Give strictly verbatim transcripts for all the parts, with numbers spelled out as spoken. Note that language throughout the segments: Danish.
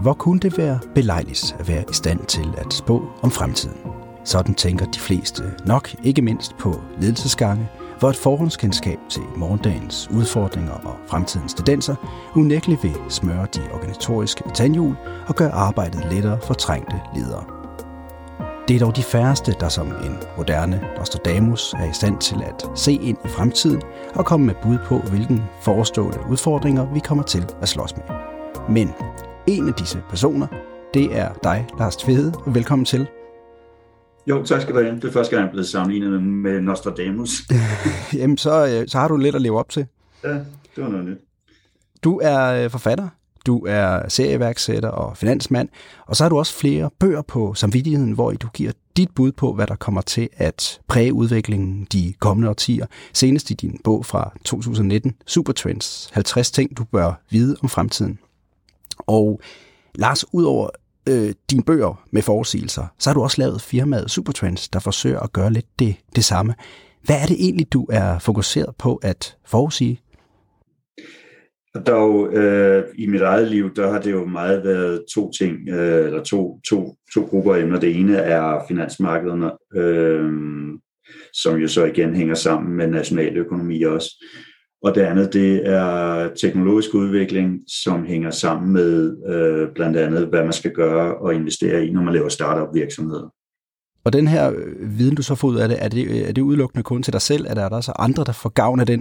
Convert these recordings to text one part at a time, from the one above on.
hvor kunne det være belejligt at være i stand til at spå om fremtiden? Sådan tænker de fleste nok, ikke mindst på ledelsesgange, hvor et forhåndskendskab til morgendagens udfordringer og fremtidens tendenser unægteligt vil smøre de organisatoriske tandhjul og gøre arbejdet lettere for trængte ledere. Det er dog de færreste, der som en moderne Nostradamus er i stand til at se ind i fremtiden og komme med bud på, hvilke forestående udfordringer vi kommer til at slås med. Men en af disse personer, det er dig, Lars Tvede, og velkommen til. Jo, tak skal du have. Det er første gang, jeg er blevet sammenlignet med Nostradamus. Jamen, så, så har du lidt at leve op til. Ja, det var noget nyt. Du er forfatter, du er serieværksætter og finansmand, og så har du også flere bøger på samvittigheden, hvor du giver dit bud på, hvad der kommer til at præge udviklingen de kommende årtier. Senest i din bog fra to tusind nitten, Supertrends, halvtreds ting, du bør vide om fremtiden. Og Lars, udover øh, dine bøger med forudsigelser, så har du også lavet firmaet Supertrends, der forsøger at gøre lidt det, det samme. Hvad er det egentlig, du er fokuseret på at forudsige? Dog, øh, i mit eget liv, der har det jo meget været to ting, øh, eller to, to, to grupper af emner. Det ene er finansmarkederne, øh, som jo så igen hænger sammen med nationaløkonomi også. Og det andet, det er teknologisk udvikling, som hænger sammen med øh, blandt andet, hvad man skal gøre og investere i, når man laver startup-virksomheder. Og den her viden, du så får ud af det, er det, er det udelukkende kun til dig selv, eller er der så andre, der får gavn af den?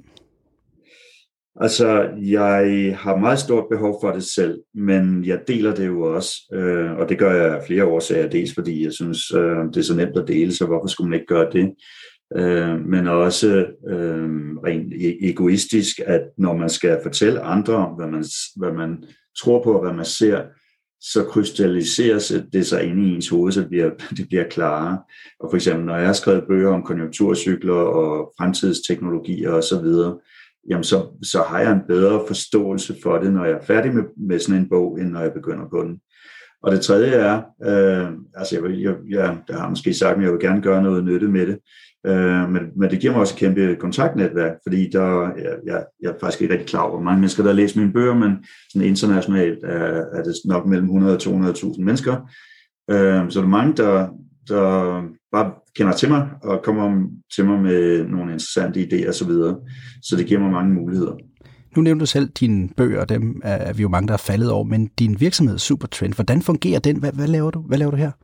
Altså, jeg har meget stort behov for det selv, men jeg deler det jo også, øh, og det gør jeg af flere årsager. Dels fordi jeg synes, øh, det er så nemt at dele, så hvorfor skulle man ikke gøre det? Øh, men også øh, rent egoistisk, at når man skal fortælle andre om, hvad man, hvad man tror på og hvad man ser, så krystalliseres det sig inde i ens hoved, så det bliver, det bliver klarere. Og for eksempel, når jeg har skrevet bøger om konjunkturcykler og fremtidsteknologier osv., jamen så, så har jeg en bedre forståelse for det, når jeg er færdig med, med sådan en bog, end når jeg begynder på den. Og det tredje er, øh, altså jeg, vil, jeg, jeg, jeg har måske sagt, at jeg vil gerne gøre noget nytte med det, øh, men, men det giver mig også et kæmpe kontaktnetværk, fordi der, jeg, jeg, jeg er faktisk ikke rigtig klar over, hvor mange mennesker, der har læst mine bøger, men sådan internationalt er, er det nok mellem hundrede og to hundrede tusind mennesker. Øh, så der er mange, der, der bare kender til mig og kommer til mig med nogle interessante idéer og så videre. Så det giver mig mange muligheder. Nu nævnte du selv dine bøger, dem er vi jo mange, der er faldet over, men din virksomhed Supertrend, hvordan fungerer den? Hvad, hvad laver du? Hvad laver du her?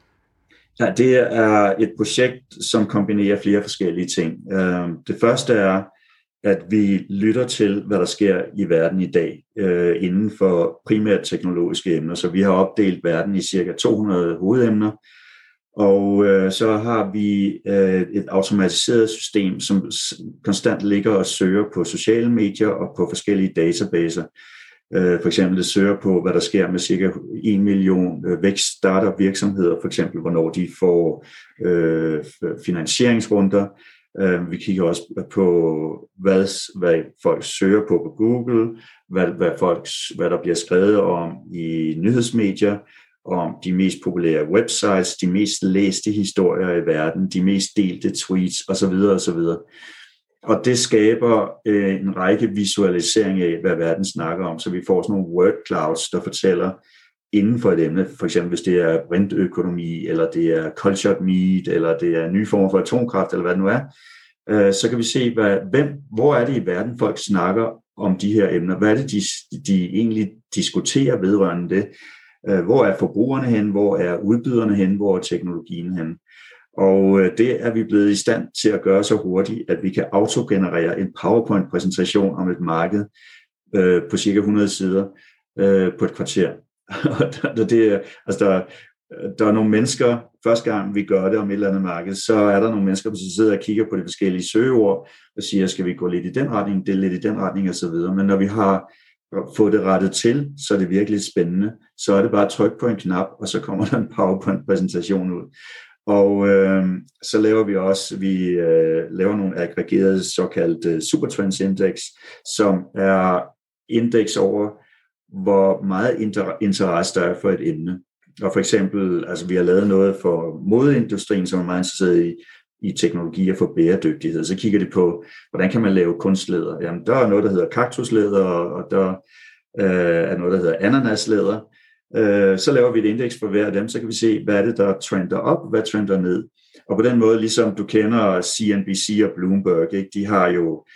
Ja, det er et projekt, som kombinerer flere forskellige ting. Det første er, at vi lytter til, hvad der sker i verden i dag, inden for primært teknologiske emner. Så vi har opdelt verden i cirka to hundrede hovedemner, og øh, så har vi øh, et automatiseret system, som konstant ligger og søger på sociale medier og på forskellige databaser. Øh, for eksempel det søger på, hvad der sker med cirka en million øh, vækst startup virksomheder, for eksempel hvornår de får øh, finansieringsrunder. Øh, vi kigger også på, hvad, hvad folk søger på på Google, hvad, hvad, folk, hvad der bliver skrevet om i nyhedsmedier, om de mest populære websites, de mest læste historier i verden, de mest delte tweets osv. osv. Og det skaber øh, en række visualiseringer af, hvad verden snakker om, så vi får sådan nogle word clouds, der fortæller inden for et emne, for eksempel hvis det er brintøkonomi, eller det er cultured meat, eller det er en ny form for atomkraft, eller hvad det nu er, øh, så kan vi se, hvad, hvem, hvor er det i verden, folk snakker om de her emner, hvad er det, de, de egentlig diskuterer vedrørende det. Hvor er forbrugerne hen? Hvor er udbyderne hen? Hvor er teknologien hen? Og det er vi blevet i stand til at gøre så hurtigt, at vi kan autogenerere en PowerPoint-præsentation om et marked øh, på cirka hundrede sider øh, på et kvarter. Og det, altså der, der er nogle mennesker, første gang vi gør det om et eller andet marked, så er der nogle mennesker, der sidder og kigger på de forskellige søgeord og siger, skal vi gå lidt i den retning, det er lidt i den retning osv. Men når vi har få det rettet til, så er det virkelig spændende. Så er det bare at trykke på en knap, og så kommer der en PowerPoint-præsentation ud. Og øh, så laver vi også, vi øh, laver nogle aggregerede såkaldte Supertrends Index, som er indeks over, hvor meget inter- interesse der er for et emne. Og for eksempel, altså vi har lavet noget for modeindustrien, som er meget interesseret i, i teknologier for bæredygtighed. Så kigger de på, hvordan kan man lave kunstlæder. Jamen, der er noget, der hedder kaktuslæder, og der øh, er noget, der hedder ananaslæder. Øh, så laver vi et indeks for hver af dem, så kan vi se, hvad er det, der trender op, hvad trender ned. Og på den måde, ligesom du kender C N B C og Bloomberg, ikke? De har jo,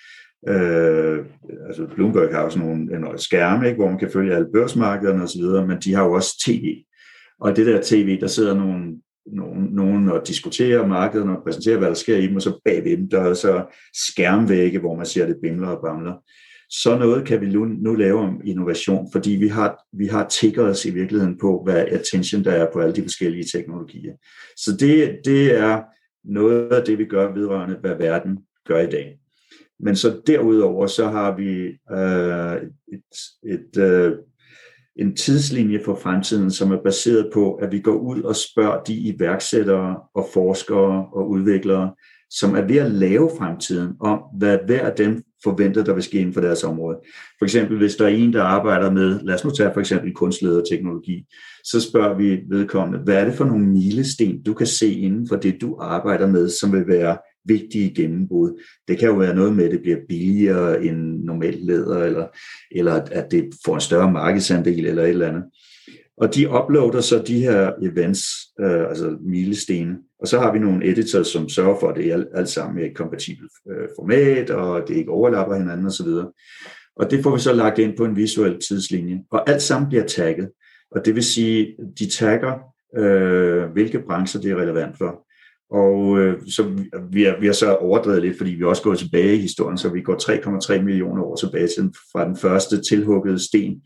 øh, altså Bloomberg har jo sådan nogle, nogle skærme, ikke? Hvor man kan følge alle børsmarkederne osv., men de har jo også tv. Og det der tv, der sidder nogle, nogle, nogen og diskuterer markederne og præsenterer, hvad der sker i dem, og så bagved dem, der er så skærmvægge, hvor man ser det bimler og bamler. Så noget kan vi nu, nu lave om innovation, fordi vi har, vi har tiggeret os i virkeligheden på, hvad attention der er på alle de forskellige teknologier. Så det, det er noget af det, vi gør vedrørende, hvad verden gør i dag. Men så derudover, så har vi øh, et, et, øh, en tidslinje for fremtiden, som er baseret på, at vi går ud og spørger de iværksættere og forskere og udviklere, som er ved at lave fremtiden, om hvad hver af dem forventer, der vil ske inden for deres område. For eksempel, hvis der er en, der arbejder med, lad os nu tage for eksempel kunstlederteknologi, så spørger vi vedkommende, hvad er det for nogle milesten, du kan se inden for det, du arbejder med, som vil være vigtige gennembrud. Det kan jo være noget med, at det bliver billigere end normalt læder, eller, eller at det får en større markedsandel, eller et eller andet. Og de uploader så de her events, øh, altså milesten, og så har vi nogle editors, som sørger for, at det er alt sammen i et kompatibelt øh, format, og det ikke overlapper hinanden osv. Og det får vi så lagt ind på en visuel tidslinje, og alt sammen bliver tagget. Og det vil sige, de tagger, øh, hvilke brancher det er relevant for. Og øh, så vi har, vi har så overdrevet lidt, fordi vi også går tilbage i historien, så vi går tre komma tre millioner år tilbage til fra den første tilhuggede sten,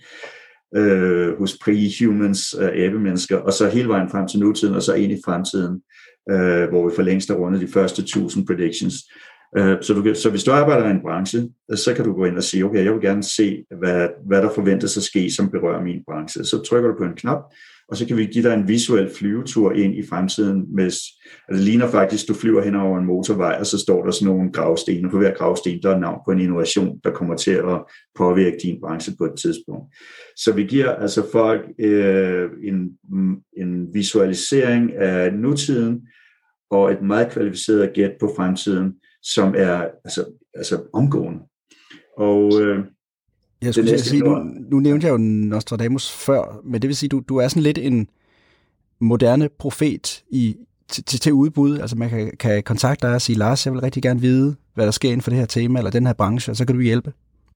Øh, hos pre-humans, øh, abemennesker, og så hele vejen frem til nutiden, og så ind i fremtiden, øh, hvor vi for længst har rundet de første tusind predictions. Øh, så, du, så hvis du arbejder i en branche, så kan du gå ind og sige, okay, jeg vil gerne se, hvad, hvad der forventes at ske, som berører min branche. Så trykker du på en knap, og så kan vi give dig en visuel flyvetur ind i fremtiden. Med, altså det ligner faktisk, du flyver hen over en motorvej, og så står der sådan nogle gravsten, og på hver gravsten, der er navn på en innovation, der kommer til at påvirke din branche på et tidspunkt. Så vi giver altså folk øh, en, en visualisering af nutiden, og et meget kvalificeret gæt på fremtiden, som er altså, altså omgående. Og øh, jeg skulle sige, nu, nu nævnte jeg jo Nostradamus før, men det vil sige, du, du er sådan lidt en moderne profet i, til, til udbud. Altså man kan, kan kontakte dig og sige, Lars, jeg vil rigtig gerne vide, hvad der sker inden for det her tema, eller den her branche, og så kan du hjælpe.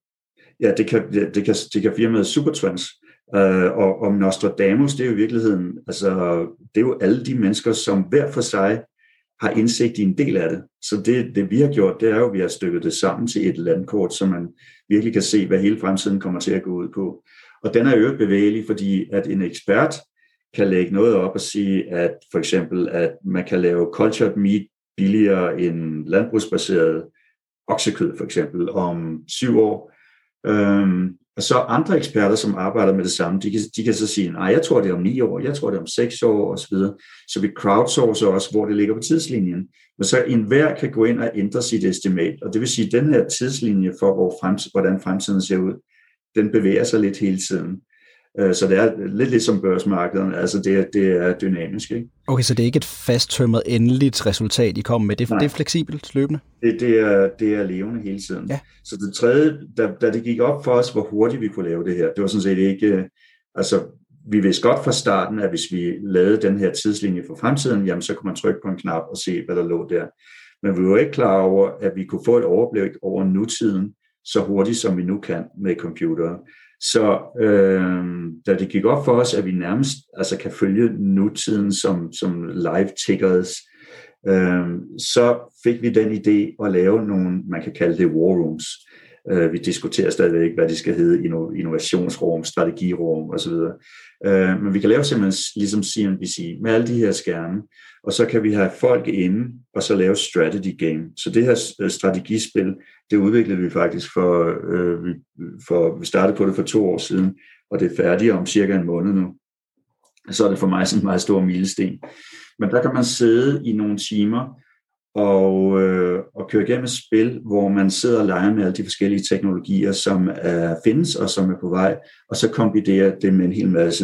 Ja, det kan, det kan, det kan firmaet Supertrends. Uh, og om Nostradamus, det er jo i virkeligheden, altså det er jo alle de mennesker, som hver for sig har indsigt i en del af det. Så det, det vi har gjort, det er jo, at vi har stykket det sammen til et landkort, så man virkelig kan se, hvad hele fremtiden kommer til at gå ud på. Og den er jo bevægelig, fordi at en ekspert kan lægge noget op og sige, at for eksempel, at man kan lave cultured meat billigere end landbrugsbaseret oksekød, for eksempel, om syv år. Øhm, og så andre eksperter, som arbejder med det samme, de kan, de kan så sige, nej, jeg tror det er om ni år, jeg tror det er om seks år, og så videre. Så vi crowdsourcer også, hvor det ligger på tidslinjen. Men så enhver kan gå ind og ændre sit estimat, og det vil sige, at den her tidslinje for, hvor fremtid, hvordan fremtiden ser ud, den bevæger sig lidt hele tiden. Så det er lidt ligesom børsmarkedet, altså det er, det er dynamisk. Ikke? Okay, så det er ikke et fasttømret endeligt resultat, I kommer med, det, det er fleksibelt løbende? Det, det, er, det er levende hele tiden. Ja. Så det tredje, da, da det gik op for os, hvor hurtigt vi kunne lave det her, det var sådan set ikke, altså vi vidste godt fra starten, at hvis vi lavede den her tidslinje for fremtiden, jamen så kunne man trykke på en knap og se, hvad der lå der. Men vi var ikke klar over, at vi kunne få et overblik over nutiden, så hurtigt som vi nu kan med computere. Så øh, da det gik op for os, at vi nærmest altså, kan følge nutiden som, som live tickers, øh, så fik vi den idé at lave nogle, man kan kalde det war rooms. Øh, vi diskuterer stadigvæk, hvad det skal hedde, innovationsrum, strategirum osv. Øh, men vi kan lave simpelthen ligesom C N B C med alle de her skærme, og så kan vi have folk inde, og så lave strategy game. Så det her strategispil, det udviklede vi faktisk for, øh, vi, for, vi startede på det for to år siden, og det er færdigt om cirka en måned nu. Så er det for mig sådan en meget stor milesten. Men der kan man sidde i nogle timer, og, øh, og køre igennem et spil, hvor man sidder og leger med alle de forskellige teknologier, som er, findes og som er på vej, og så kombinerer det med en hel masse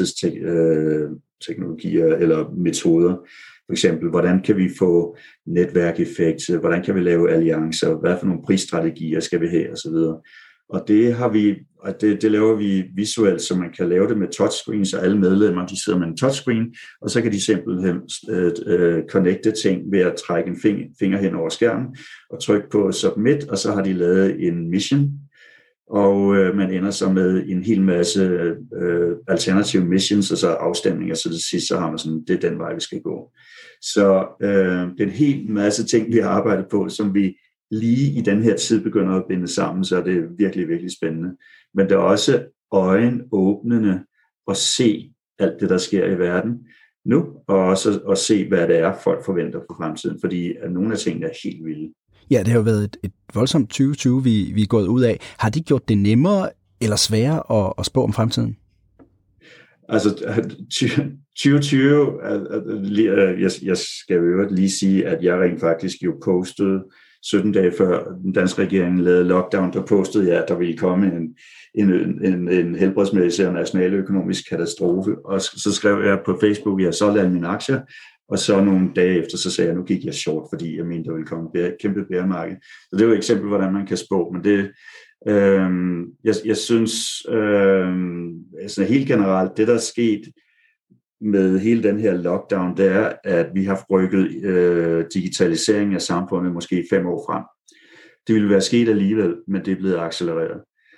ledelsesteknologier øh, eller metoder. For eksempel, hvordan kan vi få netværkeffekt, hvordan kan vi lave alliancer, hvad for nogle prisstrategier skal vi have osv. Og det har vi, og det, det laver vi visuelt, så man kan lave det med touchscreen, så alle medlemmer, de sidder med en touchscreen, og så kan de simpelthen øh, øh, connecte ting ved at trække en finger, finger hen over skærmen og trykke på submit, og så har de lavet en mission, og øh, man ender så med en hel masse øh, alternative missions, og så afstemninger, så til sidst så har man sådan, det er den vej, vi skal gå. Så øh, det er en hel masse ting, vi har arbejdet på, som vi lige i den her tid begynder at binde sammen, så er det virkelig, virkelig spændende. Men det er også øjenåbnende at se alt det, der sker i verden nu, og også at se, hvad det er, folk forventer for fremtiden, fordi nogle af tingene er helt vilde. Ja, det har jo været et, et voldsomt tyve tyve, vi, vi er gået ud af. Har de gjort det nemmere eller sværere at, at spå om fremtiden? Altså, tyve tyve, jeg, jeg skal jo lige sige, at jeg rent faktisk jo postede sytten dage før den danske regering lavede lockdown, der postede jeg, at der ville komme en, en, en, en helbredsmæssig og nationaløkonomisk katastrofe. Og så skrev jeg på Facebook, at jeg så lavede mine aktier, og så nogle dage efter, så sagde jeg, at nu gik jeg short, fordi jeg mente, der ville komme et kæmpe bæremarked. Så det er jo et eksempel, hvordan man kan spå, men det, øh, jeg, jeg synes, øh, altså helt generelt, det der er sket med hele den her lockdown, det er, at vi har rykket øh, digitalisering af samfundet måske fem år frem. Det ville være sket alligevel, men det er blevet accelereret.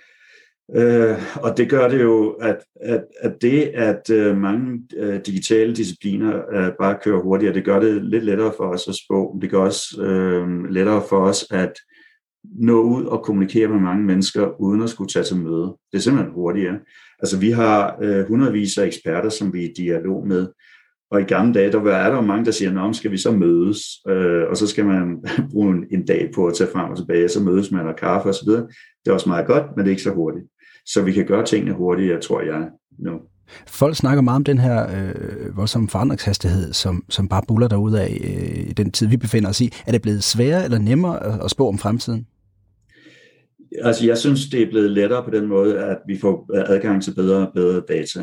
Øh, og det gør det jo, at, at, at det, at øh, mange øh, digitale discipliner øh, bare kører hurtigere, det gør det lidt lettere for os at spå. Det gør også øh, lettere for os at nå ud og kommunikere med mange mennesker, uden at skulle tage til møde. Det er simpelthen hurtigere. Altså, vi har øh, hundredvis af eksperter, som vi er i dialog med, og i gamle dage, der er der jo mange, der siger, nå, skal vi så mødes, øh, og så skal man bruge en, en dag på at tage frem og tilbage, og så mødes man og kaffe osv. Det er også meget godt, men det er ikke så hurtigt. Så vi kan gøre tingene hurtigere, tror jeg, nu. Folk snakker meget om den her øh, voldsomme forandringshastighed, som, som bare buller derudad øh, i den tid, vi befinder os i. Er det blevet sværere eller nemmere at, at spå om fremtiden? Altså, jeg synes, det er blevet lettere på den måde, at vi får adgang til bedre og bedre data.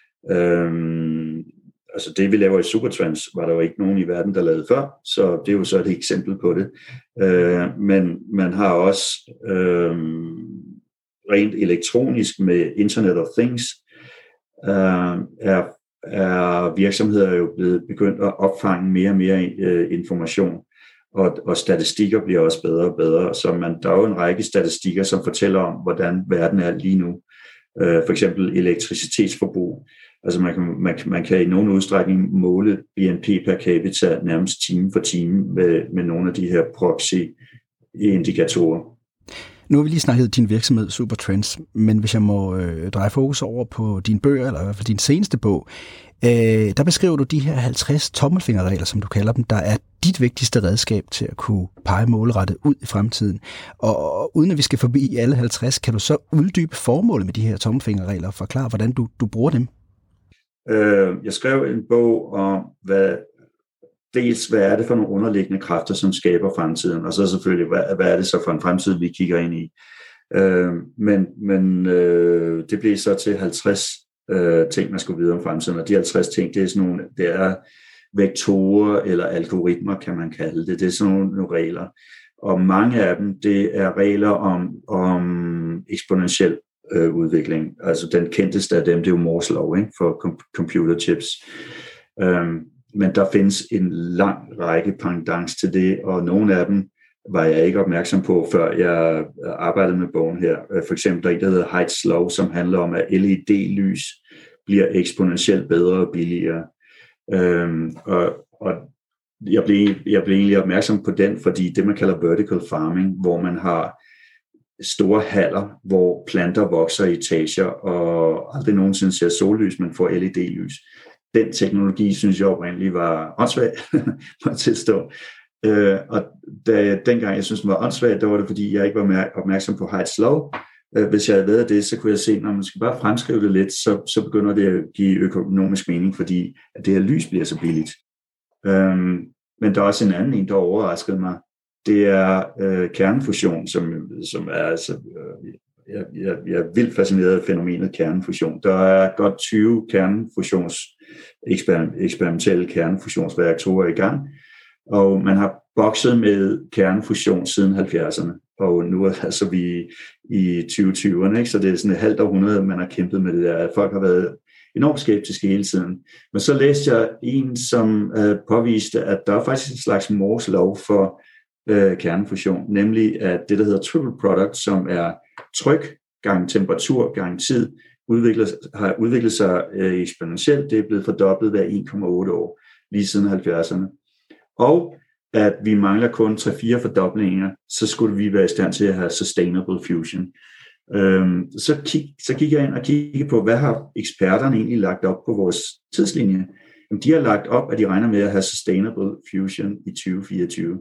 Øhm, altså, det vi laver i Supertrends, var der jo ikke nogen i verden, der lavede før, så det er jo så et eksempel på det. Øh, men man har også øh, rent elektronisk med Internet of Things, øh, er, er virksomheder jo blevet begyndt at opfange mere og mere øh, information. Og, og statistikker bliver også bedre og bedre. Så man, der er jo en række statistikker, som fortæller om, hvordan verden er lige nu. Øh, for eksempel elektricitetsforbrug. Altså man kan, man, man kan i nogen udstrækning måle B N P per capita nærmest time for time med, med nogle af de her proxy-indikatorer. Nu har vi lige snakket din virksomhed Supertrends, men hvis jeg må øh, dreje fokus over på dine bøger, eller i hvert fald din seneste bog, øh, der beskriver du de her halvtreds tommelfingerregler, som du kalder dem, der er dit vigtigste redskab til at kunne pege målrettet ud i fremtiden. Og, og uden at vi skal forbi alle halvtreds, kan du så uddybe formålet med de her tommelfingerregler og forklare, hvordan du, du bruger dem? Øh, jeg skrev en bog om, hvad dels hvad er det for nogle underliggende kræfter, som skaber fremtiden, og så selvfølgelig, hvad, hvad er det så for en fremtid, vi kigger ind i. Øh, men men øh, det blev så til halvtreds øh, ting, man skulle vide om fremtiden, og de halvtreds ting, det er sådan nogle, det er vektorer eller algoritmer, kan man kalde det. Det er sådan nogle, nogle regler. Og mange af dem, det er regler om, om eksponentiel øh, udvikling. Altså den kendteste af dem, det er jo Moores lov, ikke, for com- computerchips. Um, men der findes en lang række pendants til det, og nogle af dem var jeg ikke opmærksom på, før jeg arbejdede med bogen her. For eksempel der er en, der hedder Haidt lov, som handler om, at L E D-lys bliver eksponentielt bedre og billigere. Um, og, og jeg blev, jeg blev egentlig opmærksom på den, fordi det, man kalder vertical farming, hvor man har store haller, hvor planter vokser i etager, og aldrig nogensinde ser sollys, men får L E D-lys. Den teknologi, synes jeg oprindeligt var åndssvag, må jeg tilstå. Uh, og da, dengang jeg synes, den var åndssvag, der var det, fordi jeg ikke var opmærksom på Haidts lov. Uh, hvis jeg havde været det, så kunne jeg se, når man skal bare fremskrive det lidt, så, så begynder det at give økonomisk mening, fordi at det her lys bliver så billigt. Um, men der er også en anden en, der overraskede mig. Det er uh, kernefusion, som, som er altså... Uh, Jeg, jeg, jeg er vildt fascineret af fænomenet kernefusion. Der er godt tyve kernefusions, eksperimentelle kernefusionsreaktorer i gang, og man har bokset med kernefusion siden halvfjerdserne. og nu er altså vi i tyve tyverne, ikke? Så det er sådan et halvt århundrede, man har kæmpet med det der, at folk har været enormt skeptiske hele tiden. Men så læste jeg en, som øh, påviste, at der er faktisk en slags Moores lov for øh, kernefusion, nemlig at det, der hedder triple product, som er tryk gange temperatur gange tid, udvikler, har udviklet sig øh, eksponentielt. Det er blevet fordoblet hver en komma otte år, lige siden halvfjerdserne. Og at vi mangler kun tre fire fordoblinger, så skulle vi være i stand til at have sustainable fusion. Øhm, så, kig, så gik jeg ind og kiggede på, hvad har eksperterne egentlig lagt op på vores tidslinje? Jamen, de har lagt op, at de regner med at have sustainable fusion i tyve fireogtyve.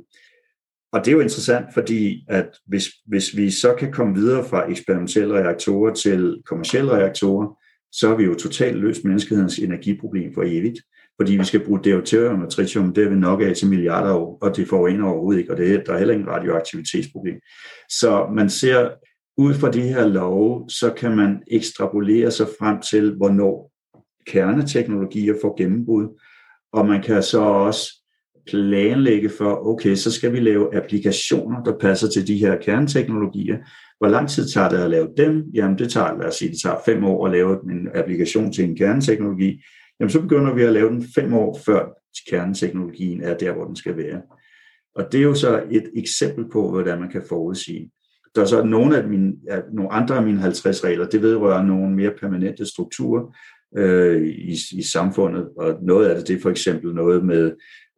Og det er jo interessant, fordi at hvis, hvis vi så kan komme videre fra eksperimentelle reaktorer til kommercielle reaktorer, så har vi jo totalt løst menneskehedens energiproblem for evigt. Fordi vi skal bruge deuterium og tritium, det er vi nok af til milliarder år, og det forurener overhovedet ikke, og det er, der er heller ingen radioaktivitetsproblem. Så man ser, ud fra de her love, så kan man ekstrapolere sig frem til, hvornår kerneteknologier får gennembrud, og man kan så også planlægge for, okay, så skal vi lave applikationer, der passer til de her kerneteknologier. Hvor lang tid tager det at lave dem? Jamen det tager, lad os sige, det tager fem år at lave en applikation til en kerneteknologi. Jamen så begynder vi at lave den fem år før kerneteknologien er der, hvor den skal være. Og det er jo så et eksempel på, hvordan man kan forudsige. Der er så nogle, af mine, ja, nogle andre af mine halvtreds regler, det vedrører nogle mere permanente strukturer øh, i, i samfundet, og noget af det, det er for eksempel noget med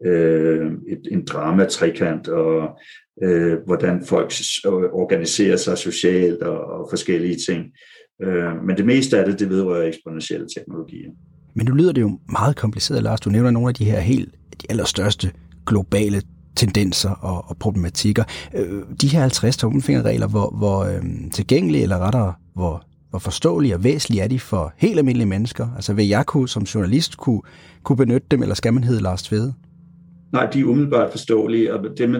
øh, et, en drama-trekant, og øh, hvordan folk organiserer sig socialt, og, og forskellige ting. Øh, men det meste af det, det vedrører eksponentielle teknologier. Men nu lyder det jo meget kompliceret, Lars. Du nævner nogle af de her helt, de allerstørste globale tendenser og, og problematikker. Øh, de her halvtreds tommelfingerregler, hvor, hvor øh, tilgængelige, eller rettere, hvor, hvor forståelige og væsentlige er de for helt almindelige mennesker? Altså vil jeg kunne, som journalist kunne, kunne benytte dem, eller skal man hedde Lars Tvede? Nej, de er umiddelbart forståelige, og det med,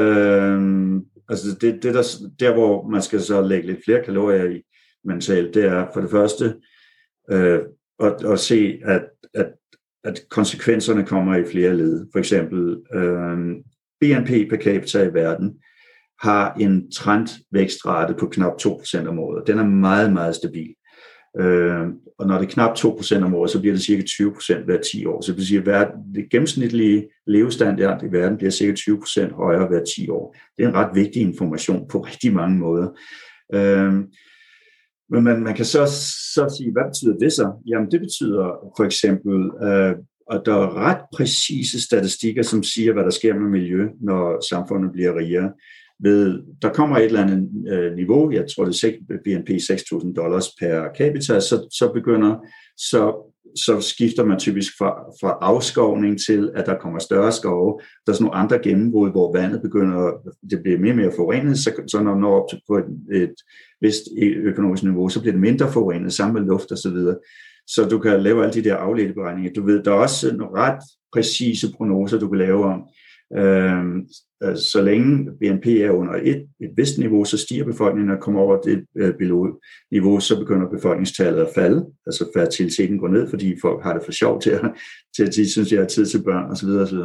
øh, altså det, det der, der, hvor man skal så lægge lidt flere kalorier i mentalt, det er for det første øh, at, at se, at, at, at konsekvenserne kommer i flere led. For eksempel øh, B N P per capita i verden har en trendvækstrate på knap to procent om året. Den er meget, meget stabil. Øh, og når det er knap to procent om året, så bliver det cirka tyve procent hver ti år. Så det vil sige, at det gennemsnitlige levestandard i verden bliver cirka tyve procent højere hver ti år. Det er en ret vigtig information på rigtig mange måder. Øh, men man, man kan så, så sige, hvad betyder det så? Jamen det betyder for eksempel, øh, at der er ret præcise statistikker, som siger, hvad der sker med miljø, når samfundet bliver rigere. Ved, der kommer et eller andet øh, niveau, jeg tror det er B N P seks tusind dollars per capita, så, så begynder, så, så skifter man typisk fra, fra afskovning til, at der kommer større skove. Der er sådan nogle andre gennembrud, hvor vandet begynder, det bliver mere og mere forurenet, så, så når man når op til på et, et vist økonomisk niveau, så bliver det mindre forurenet, sammen med luft og så videre. Så du kan lave alle de der afledte beregninger. Du ved, der er også nogle ret præcise prognoser, du kan lave om. Øhm, så længe B N P er under et, et vist niveau, så stiger befolkningen, og kommer over det øh, niveau, så begynder befolkningstallet at falde. Altså fertiliteten går ned, fordi folk har det for sjovt til, at, til at de synes, de har tid til børn osv. osv.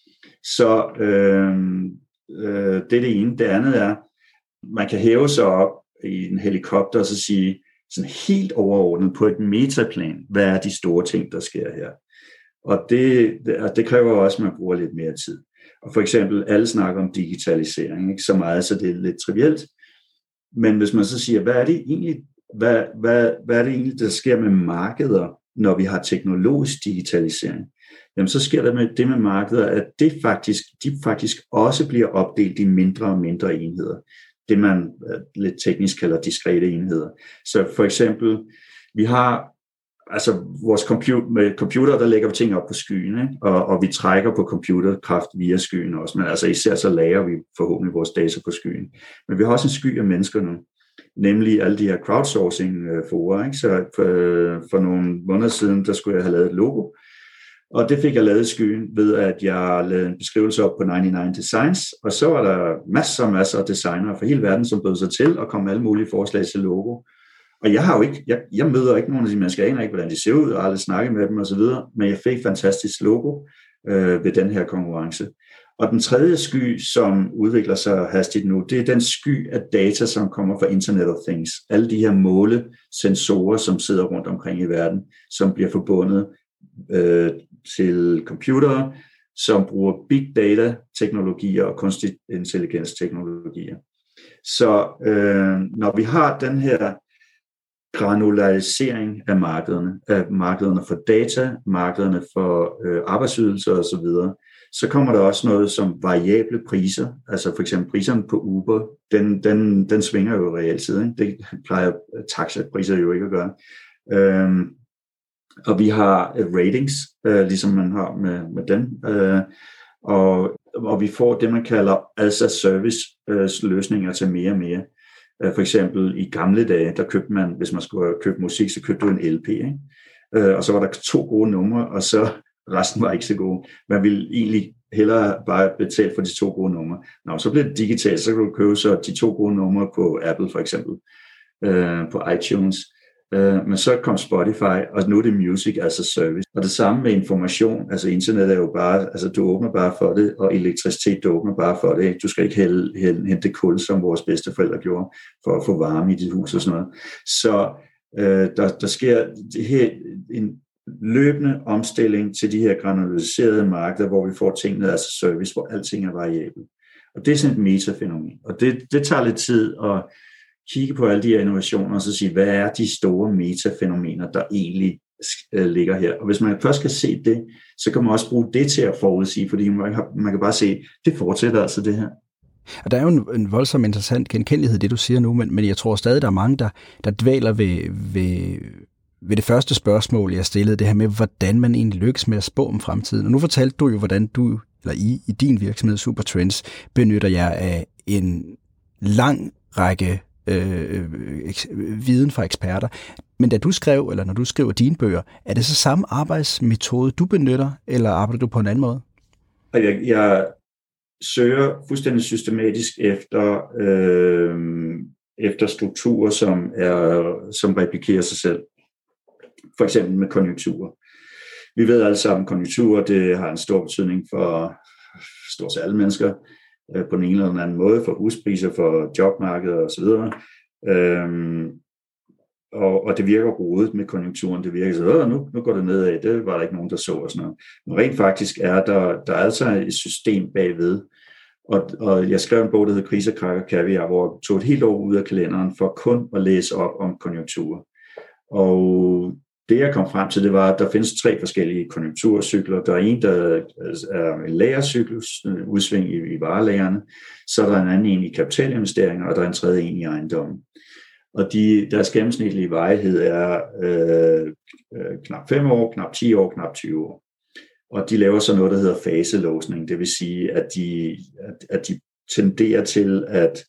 Så øh, øh, det er det ene. Det andet er, man kan hæve sig op i en helikopter og så sige, sådan helt overordnet på et metaplan, hvad er de store ting, der sker her. Og det, det, det kræver også, at man bruger lidt mere tid. Og for eksempel, alle snakker om digitalisering, ikke så meget, så det er lidt trivielt. Men hvis man så siger, hvad er det egentlig, hvad, hvad, hvad er det egentlig, der sker med markeder, når vi har teknologisk digitalisering? Jamen, så sker der med det med markeder, at det faktisk, de faktisk også bliver opdelt i mindre og mindre enheder. Det man lidt teknisk kalder diskrete enheder. Så for eksempel, vi har altså vores computer, med computer, der lægger vi ting op på skyen, ikke? Og, og vi trækker på computerkraft via skyen også, men altså især så lagrer vi forhåbentlig vores data på skyen. Men vi har også en sky af mennesker nu, nemlig alle de her crowdsourcing-forer, ikke? Så for, for nogle måneder siden, der skulle jeg have lavet et logo, og det fik jeg lavet i skyen ved, at jeg lavede en beskrivelse op på nioghalvfems Designs, og så var der masser og masser af designere fra hele verden, som bød sig til og kom med alle mulige forslag til logo. Og jeg har jo ikke, jeg, jeg møder ikke nogen af de mennesker, jeg aner ikke, hvordan de ser ud, og aldrig snakke med dem osv., men jeg fik et fantastisk logo øh, ved den her konkurrence. Og den tredje sky, som udvikler sig hastigt nu, det er den sky af data, som kommer fra Internet of Things. Alle de her målesensorer, som sidder rundt omkring i verden, som bliver forbundet øh, til computere, som bruger big data-teknologier og kunstig intelligens-teknologier. Så øh, når vi har den her granularisering af markederne, af markederne for data, markederne for øh, arbejdsydelser osv., så kommer der også noget som variable priser, altså for eksempel priserne på Uber, den, den, den svinger jo reelt tid, ikke? Det plejer taxapriser jo ikke at gøre. Øhm, og vi har ratings, øh, ligesom man har med, med den, øh, og, og vi får det, man kalder as a service øh, løsninger til mere og mere. For eksempel i gamle dage, der købte man, hvis man skulle købe musik, så købte du en L P, ikke? Og så var der to gode numre, og så resten var ikke så gode. Man ville egentlig hellere bare betale for de to gode numre. Nå, så blev det digitalt, så kan du købe så de to gode numre på Apple for eksempel, øh, på iTunes. Øh, men så kom Spotify, og nu er det music as a service. Og det samme med information, altså internet er jo bare, altså du åbner bare for det, og elektricitet, du åbner bare for det. Du skal ikke hælde, hælde, hente kul, som vores bedsteforældre gjorde, for at få varme i dit hus og sådan noget. Så øh, der, der sker det her, en løbende omstilling til de her granulariserede markeder, hvor vi får tingene as a service, hvor alting er variabelt. Og det er sådan et metafænomen. Og det, det tager lidt tid at kigge på alle de her innovationer og så sige, hvad er de store metafænomener, der egentlig øh, ligger her. Og hvis man først kan se det, så kan man også bruge det til at forudsige, fordi man, har, man kan bare se, det fortsætter altså det her. Og der er jo en, en voldsom interessant genkendelighed, det du siger nu, men, men jeg tror stadig, der er mange, der, der dvæler ved, ved, ved det første spørgsmål, jeg stillede, det her med, hvordan man egentlig lykkes med at spå om fremtiden. Og nu fortalte du jo, hvordan du, eller I, i din virksomhed Supertrends, benytter jer af en lang række Øh, viden fra eksperter. Men da du skrev, eller når du skriver dine bøger, er det så samme arbejdsmetode, du benytter, eller arbejder du på en anden måde? Jeg, jeg søger fuldstændig systematisk efter, øh, efter strukturer, som, er, som replikerer sig selv. For eksempel med konjunkturer. Vi ved alle sammen, at konjunkturer det har en stor betydning for stort set alle mennesker, på den ene eller den anden måde, for huspriser, for jobmarkedet og så videre. Øhm, og, og det virker rodet med konjunkturen. Det virker så, nu, nu går det nedad. Det var der ikke nogen, der så og sådan noget. Men rent faktisk er der, der er altså et system bagved. Og, og jeg skrev en bog, der hedder Kriser, Krak og Kaviar, hvor jeg tog et helt år ud af kalenderen for kun at læse op om konjunkturer. Og det, jeg kom frem til, det var, at der findes tre forskellige konjunkturcykler. Der er en, der er en lagercyklus, udsving i, i varelagerne. Så er der en anden en i kapitalinvesteringer, og der er en tredje en i ejendommen. Og de, deres gennemsnitlige varighed er øh, øh, knap fem år, knap ti år, knap tyve år. Og de laver så noget, der hedder faselåsning. Det vil sige, at de, at, at de tenderer til at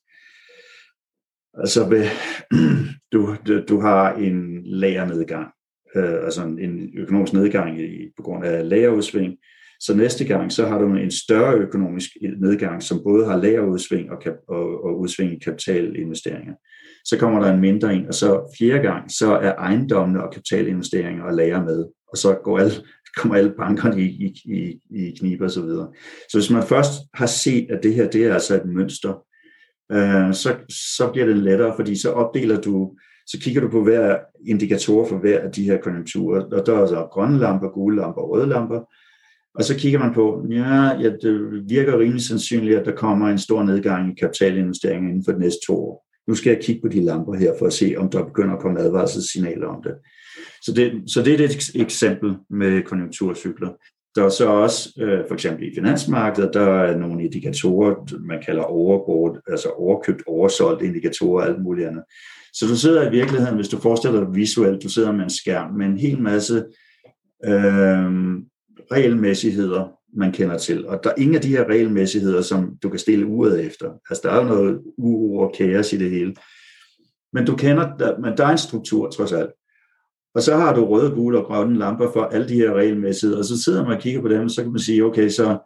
altså, ved, du, du har en lagernedgang. Altså en økonomisk nedgang i, på grund af lagerudsving. Så næste gang, så har du en større økonomisk nedgang, som både har lagerudsving og, kap, og, og udsving i kapitalinvesteringer. Så kommer der en mindre en, og så fjerde gang, så er ejendommene og kapitalinvesteringer og lager med. Og så går alle, kommer alle bankerne i, i, i, i knib og så videre. Så hvis man først har set, at det her, det er altså et mønster, øh, så, så bliver det lettere, fordi så opdeler du Så kigger du på hver indikator for hver af de her konjunkturer, og der er så grønne lamper, gule lamper og røde lamper. Og så kigger man på, ja, ja, det virker rimelig sandsynligt, at der kommer en stor nedgang i kapitalinvesteringer inden for de næste to år. Nu skal jeg kigge på de lamper her for at se, om der begynder at komme advarselssignaler om det. Så det, så det er et eksempel med konjunkturcykler. Der er så også, øh, for eksempel i finansmarkedet, der er nogle indikatorer, man kalder overbought, altså overkøbt, oversolgt indikatorer og alt muligt andet. Så du sidder i virkeligheden, hvis du forestiller dig visuelt, du sidder med en skærm med en hel masse øh, regelmæssigheder, man kender til. Og der er ingen af de her regelmæssigheder, som du kan stille uret efter. Altså der er jo noget uro og kaos i det hele. Men du kender, der, men der er en struktur trods alt. Og så har du røde, gule og grønne lamper for alle de her regelmæssigheder. Og så sidder man og kigger på dem, og så kan man sige, okay, så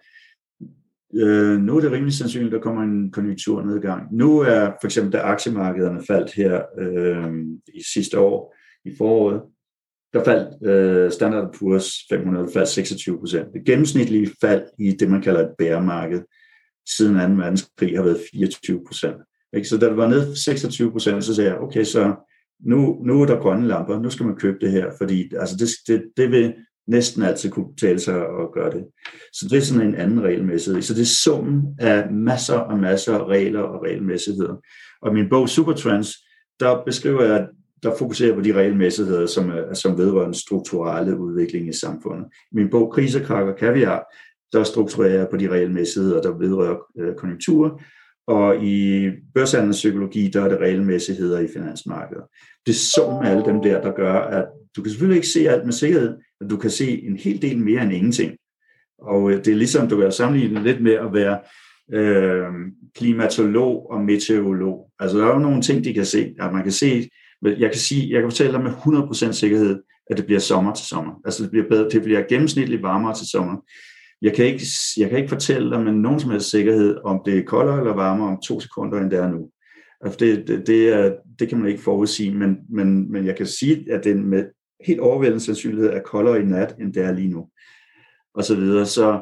Øh, nu er det rimelig sandsynligt, at der kommer en konjunkturnedgang. Nu er for eksempel, da aktiemarkederne faldt her øh, i sidste år, i foråret, der faldt øh, Standard and Poor's fem hundrede faldt seksogtyve procent. Det gennemsnitlige fald i det, man kalder et bæremarked siden anden verdenskrig har været fireogtyve procent. Så da det var ned seksogtyve procent, så sagde jeg, okay, så nu, nu er der grønne lamper, nu skal man købe det her, fordi altså det, det, det vil næsten altid kunne betale sig at gøre det. Så det er sådan en anden regelmæssighed. Så det er summen af masser og masser af regler og regelmæssigheder. Og min bog Supertrends, der beskriver jeg, der fokuserer på de regelmæssigheder, som, er, som vedrører den strukturelle udvikling i samfundet. I min bog Kriser, Krak og Kaviar, der strukturerer jeg på de regelmæssigheder, der vedrører øh, konjunkturer. Og i børshandelens psykologi, der er det regelmæssigheder i finansmarkedet. Det er summen af alle dem der, der gør, at du kan selvfølgelig ikke se alt med sikkerhed, men du kan se en hel del mere end ingenting. Og det er ligesom, du kan sammenligne lidt med at være øh, klimatolog og meteorolog. Altså der er jo nogle ting, de kan se. At man kan se, jeg kan sige, jeg kan fortælle dig med hundrede procent sikkerhed, at det bliver sommer til sommer. Altså det bliver bedre, det bliver gennemsnitligt varmere til sommer. Jeg kan ikke, jeg kan ikke fortælle dig med nogen som helst sikkerhed, om det er koldere eller varmere om to sekunder, end det er nu. Altså det, det, det, er, det kan man ikke forudsige, men, men, men jeg kan sige, at det med helt overvældende sandsynlighed er koldere i nat, end det er lige nu. Og så videre. Så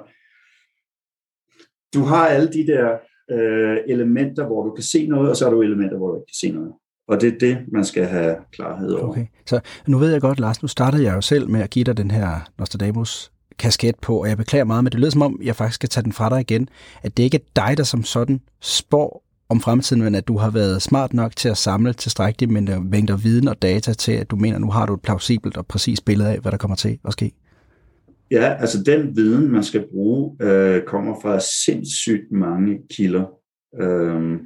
du har alle de der øh, elementer, hvor du kan se noget, og så har du elementer, hvor du ikke kan se noget. Og det er det, man skal have klarhed over. Okay. Så nu ved jeg godt, Lars, nu startede jeg jo selv med at give dig den her Nostradamus kasket på, og jeg beklager meget, men det lyder som om, jeg faktisk skal tage den fra dig igen, at det ikke er dig, der som sådan spår om fremtiden, men at du har været smart nok til at samle tilstrækkelige mængder viden og data til, at du mener, nu har du et plausibelt og præcist billede af, hvad der kommer til at ske. Ja, altså den viden, man skal bruge, øh, kommer fra sindssygt mange kilder. Øhm,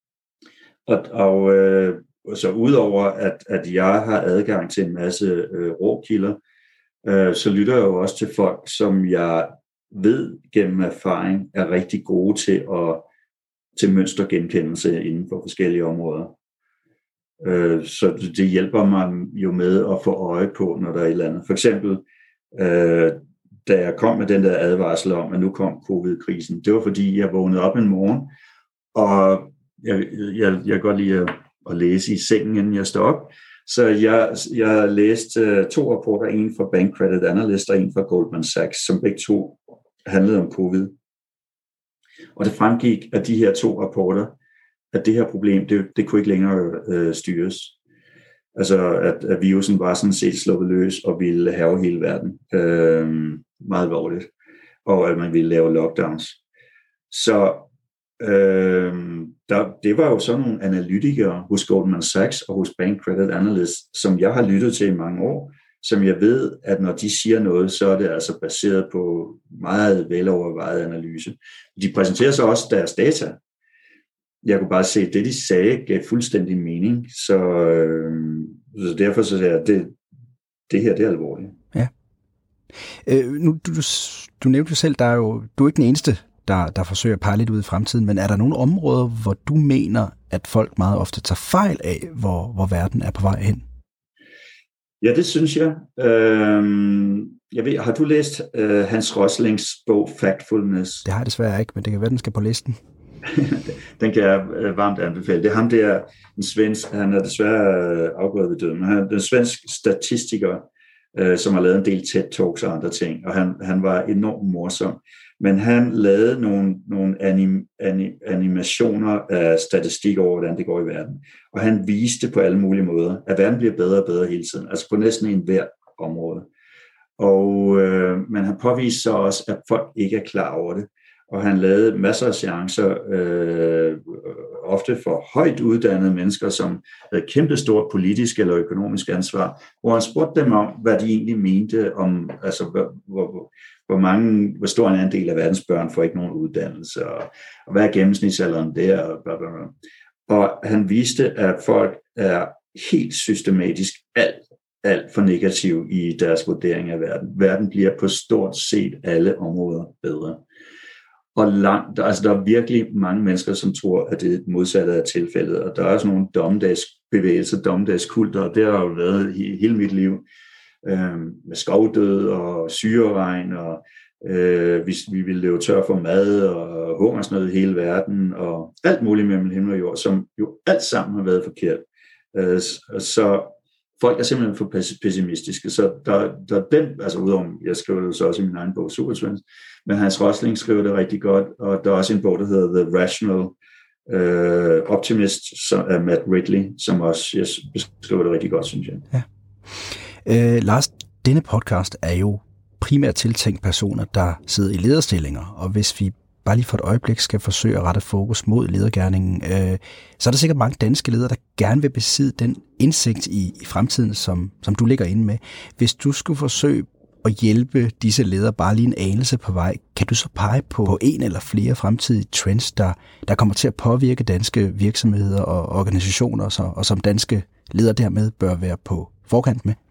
og og øh, så udover, at, at jeg har adgang til en masse øh, råkilder, øh, så lytter jeg jo også til folk, som jeg ved gennem erfaring er rigtig gode til at til mønstergenkendelse inden for forskellige områder. Øh, så det hjælper mig jo med at få øje på, når der er et eller andet. For eksempel, øh, da jeg kom med den der advarsel om, at nu kom covid-krisen, det var fordi, jeg vågnede op en morgen, og jeg, jeg, jeg kan godt lide at, at læse i sengen, inden jeg står op. Så jeg, jeg læste to rapporter, en fra Bank Credit Analyst og en fra Goldman Sachs, som begge to handlede om covid. Og det fremgik af de her to rapporter, at det her problem, det, det kunne ikke længere øh, styres. Altså, at, at virusen var sådan set sluppet løs og ville have hele verden. Øh, meget alvorligt. Og at man ville lave lockdowns. Så øh, der, det var jo sådan nogle analytikere hos Goldman Sachs og hos Bank Credit Analyst, som jeg har lyttet til i mange år, som jeg ved, at når de siger noget, så er det altså baseret på meget velovervejet analyse. De præsenterer så også deres data. Jeg kunne bare se, at det, de sagde, gav fuldstændig mening. Så, øh, så derfor så siger jeg, at det, det her, det er alvorligt. Ja. Øh, nu, du, du nævnte jo selv, der er jo, du er ikke den eneste, der, der forsøger at pege lidt ud i fremtiden, men er der nogle områder, hvor du mener, at folk meget ofte tager fejl af, hvor, hvor verden er på vej hen? Ja, det synes jeg. Øhm, jeg ved, har du læst øh, Hans Roslings bog Factfulness? Det har jeg desværre ikke, men det kan være, den skal på listen. Den kan jeg øh, varmt anbefale. Det er ham der, en svensk, han er desværre øh, afgået ved døden, men han er en svensk statistiker, øh, som har lavet en del TED-talks og andre ting, og han, han var enormt morsom. Men han lavede nogle, nogle anim, anim, animationer af statistik over, hvordan det går i verden. Og han viste på alle mulige måder, at verden bliver bedre og bedre hele tiden. Altså på næsten en hver område. Og, øh, men han påviste så også, at folk ikke er klar over det. Og han lavede masser af seancer, øh, ofte for højt uddannede mennesker, som havde kæmpestort politisk eller økonomisk ansvar, hvor han spurgte dem om, hvad de egentlig mente om, altså hvor, hvor, hvor, mange, hvor stor en andel af verdens børn får ikke nogen uddannelse, og, og hvad er gennemsnitsalderen der, og bla bla bla. Og han viste, at folk er helt systematisk alt, alt for negativ i deres vurdering af verden. Verden bliver på stort set alle områder bedre. Og langt, altså der er virkelig mange mennesker, som tror, at det modsatte er tilfældet. Og der er også nogle dommedagsbevægelser, dommedagskulter, og det har jo været hele mit liv øh, med skovdød og syreregn, og øh, vi, vi ville leve tør for mad og hungersnød i hele verden, og alt muligt mellem himmel og jord, som jo alt sammen har været forkert. Øh, så folk er simpelthen for pessimistiske, så der, der er den, altså udover, jeg skriver det så også i min egen bog, Supertrends, men Hans Rosling skriver det rigtig godt, og der er også en bog, der hedder The Rational uh, Optimist, af Matt Ridley, som også jeg beskriver det rigtig godt, synes jeg. Ja. Øh, Lars, denne podcast er jo primært tiltænkt personer, der sidder i lederstillinger, og hvis vi bare lige for et øjeblik skal forsøge at rette fokus mod ledergerningen, øh, så er der sikkert mange danske ledere, der gerne vil besidde den indsigt i, i fremtiden, som, som du ligger inde med. Hvis du skulle forsøge at hjælpe disse ledere bare lige en anelse på vej, kan du så pege på, på en eller flere fremtidige trends, der, der kommer til at påvirke danske virksomheder og organisationer, så, og som danske ledere dermed bør være på forkant med?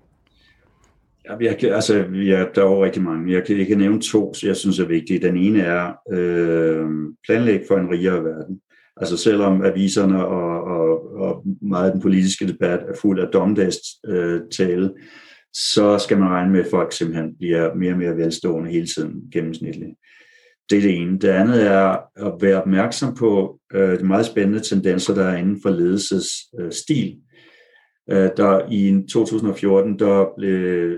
Ja, jeg kan, altså, ja, der er jo rigtig mange. Jeg kan, jeg kan nævne to, som jeg synes er vigtige. Den ene er øh, planlægge for en rigere verden. Altså selvom aviserne og, og, og meget af den politiske debat er fuld af dommedagstale, øh, så skal man regne med, at folk simpelthen bliver mere og mere velstående hele tiden gennemsnitligt. Det er det ene. Det andet er at være opmærksom på øh, de meget spændende tendenser, der er inden for ledelsesstil. Øh, der i to tusind og fjorten der blev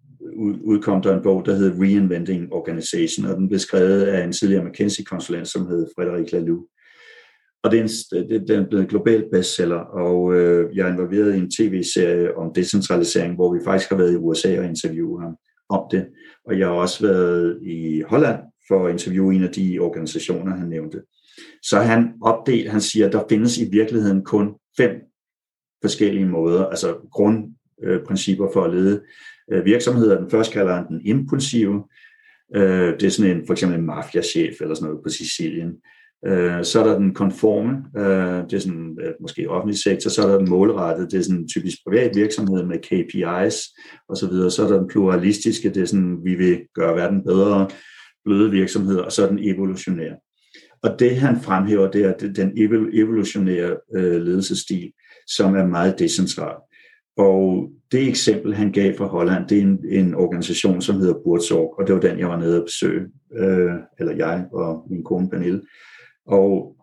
udkom der en bog, der hed Reinventing Organization, og den blev skrevet af en tidligere McKinsey-konsulent, som hed Frédéric Laloux. Og det er en, det, den er blevet en global bestseller, og øh, jeg er involveret i en tv-serie om decentralisering, hvor vi faktisk har været i U S A og interviewe ham om det. Og jeg har også været i Holland for at interviewe en af de organisationer, han nævnte. Så han opdelt, han siger, at der findes i virkeligheden kun fem forskellige måder, altså grundprincipper for at lede virksomheder. Den første kalder han den impulsive. Det er sådan en, for eksempel en mafiachef eller sådan noget på Sicilien. Så er der den konforme, det er sådan måske offentlig sektor. Så er der den målrettede, det er sådan en typisk privat virksomhed med K P Is og så videre. Så er der den pluralistiske, det er sådan, vi vil gøre verden bedre, bløde virksomheder, og så er den evolutionære. Og det han fremhæver, det er den evolutionære ledelsesstil, som er meget decentral. Og det eksempel, han gav fra Holland, det er en, en organisation, som hedder Buurtzorg, og det var den, jeg var nede at besøge, øh, eller jeg og min kone Pernille. Og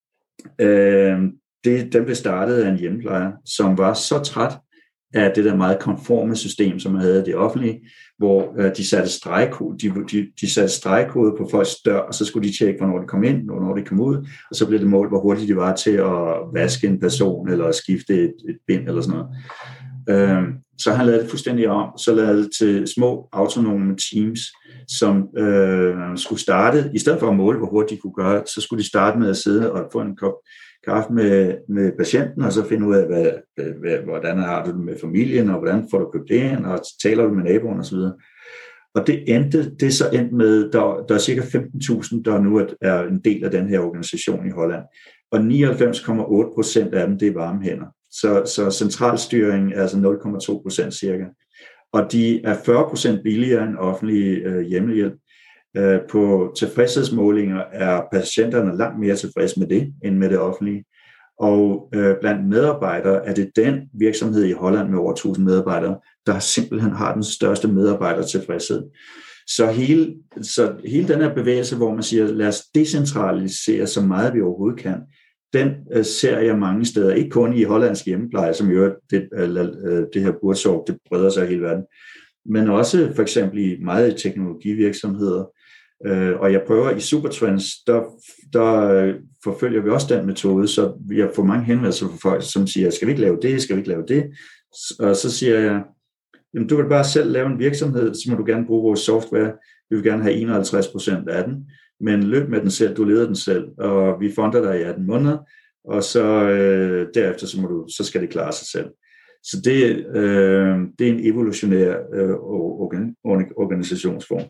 øh, det, den blev startet af en hjemmeplejer, som var så træt af det der meget konforme system, som man havde i det offentlige, hvor øh, de satte stregkode, de, de, de satte stregkode på folks dør, og så skulle de tjekke, hvornår de kom ind, hvornår de kom ud, og så blev det målt, hvor hurtigt de var til at vaske en person, eller skifte et, et bind, eller sådan noget. Øh, så han lavede det fuldstændig om, så lavede det til små autonome teams, som øh, skulle starte, i stedet for at måle, hvor hurtigt de kunne gøre, så skulle de starte med at sidde og få en kop kaffe med, med patienten, og så finde ud af, hvad, hvad, hvordan har du det med familien, og hvordan får du købt det ind, og taler du med naboen osv. Og det endte, det er så endt med, der, der er cirka femten tusind, der nu er en del af den her organisation i Holland, og nioghalvfems komma otte procent af dem, det er varme hænder. Så, så centralstyring er altså nul komma to procent cirka. Og de er fyrre procent billigere end offentlig øh, hjemmehjælp. Øh, på tilfredshedsmålinger er patienterne langt mere tilfredse med det, end med det offentlige. Og øh, blandt medarbejdere er det den virksomhed i Holland med over tusind medarbejdere, der simpelthen har den største medarbejdertilfredshed. Så hele, så hele den her bevægelse, hvor man siger, lad os decentralisere så meget vi overhovedet kan, den øh, ser jeg mange steder, ikke kun i hollandsk hjemmepleje, som jo det, øh, det her Buurtzorg, det breder sig i hele verden, men også for eksempel i meget teknologivirksomheder. Øh, og jeg prøver i Supertrends, der, der forfølger vi også den metode, så vi har fået mange henvendelser fra folk, som siger, skal vi ikke lave det, skal vi ikke lave det? Og så siger jeg, jamen, du vil bare selv lave en virksomhed, så må du gerne bruge vores software, vi vil gerne have enoghalvtreds procent af den, men løb med den selv, du leder den selv, og vi fonder dig i atten måneder, og så øh, derefter så, må du, så skal det klare sig selv. Så det, øh, det er en evolutionær øh, organ, organisationsform.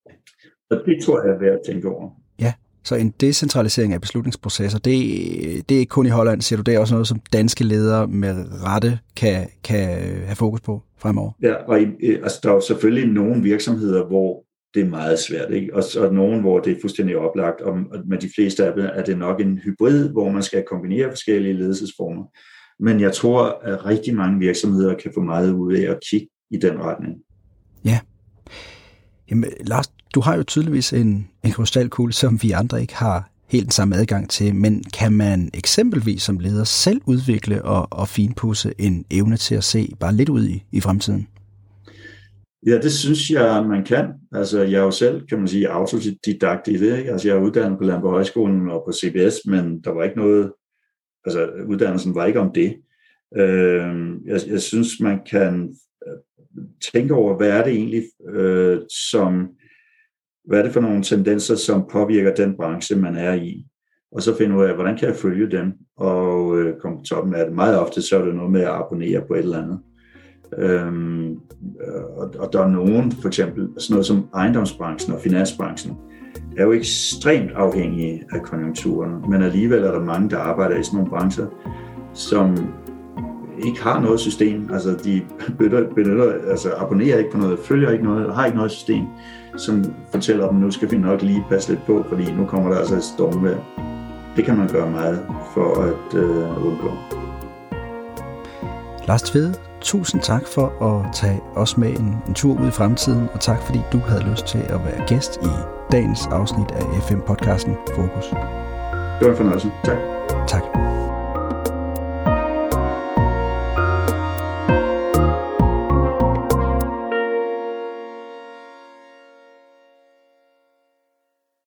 Og det tror jeg er værd at tænke over. Ja, så en decentralisering af beslutningsprocesser, det, det er ikke kun i Holland, siger du, det er også noget, som danske ledere med rette kan, kan have fokus på fremover. Ja, og i, altså, der er jo selvfølgelig nogle virksomheder, hvor det er meget svært, ikke? Og, og nogen, hvor det er fuldstændig oplagt, og med de fleste af dem er det nok en hybrid, hvor man skal kombinere forskellige ledelsesformer. Men jeg tror, at rigtig mange virksomheder kan få meget ud af at kigge i den retning. Ja. Jamen, Lars, du har jo tydeligvis en, en krystalkugle, som vi andre ikke har, helt den samme adgang til, men kan man eksempelvis som leder selv udvikle og, og finpudse en evne til at se bare lidt ud i, i fremtiden? Ja, det synes jeg, man kan. Altså, jeg er jo selv, kan man sige, autodidakt i det, ikke? Altså, jeg er uddannet på Landbohøjskolen og på C B S, men der var ikke noget, altså, uddannelsen var ikke om det. Øh, jeg, jeg synes, man kan tænke over, hvad er det egentlig, øh, som, hvad er det for nogle tendenser, som påvirker den branche, man er i, og så finde ud af, hvordan kan jeg følge dem, og øh, komme på toppen af det. Meget ofte så er det noget med at abonnere på et eller andet. Øhm, og, og der er nogen, for eksempel sådan noget som ejendomsbranchen og finansbranchen, er jo ekstremt afhængige af konjunkturerne, men alligevel er der mange, der arbejder i sådan nogle brancher, som ikke har noget system, altså de benytter, benytter, altså abonnerer ikke på noget, følger ikke noget, har ikke noget system, som fortæller dem, nu skal vi nok lige passe lidt på, fordi nu kommer der altså et stormvejr. Det kan man gøre meget for at øh, undgå. Lars Tvede, tusind tak for at tage os med en, en tur ud i fremtiden, og tak fordi du havde lyst til at være gæst i dagens afsnit af F M-podcasten Fokus. Det var en fornøjelse. Tak. Tak.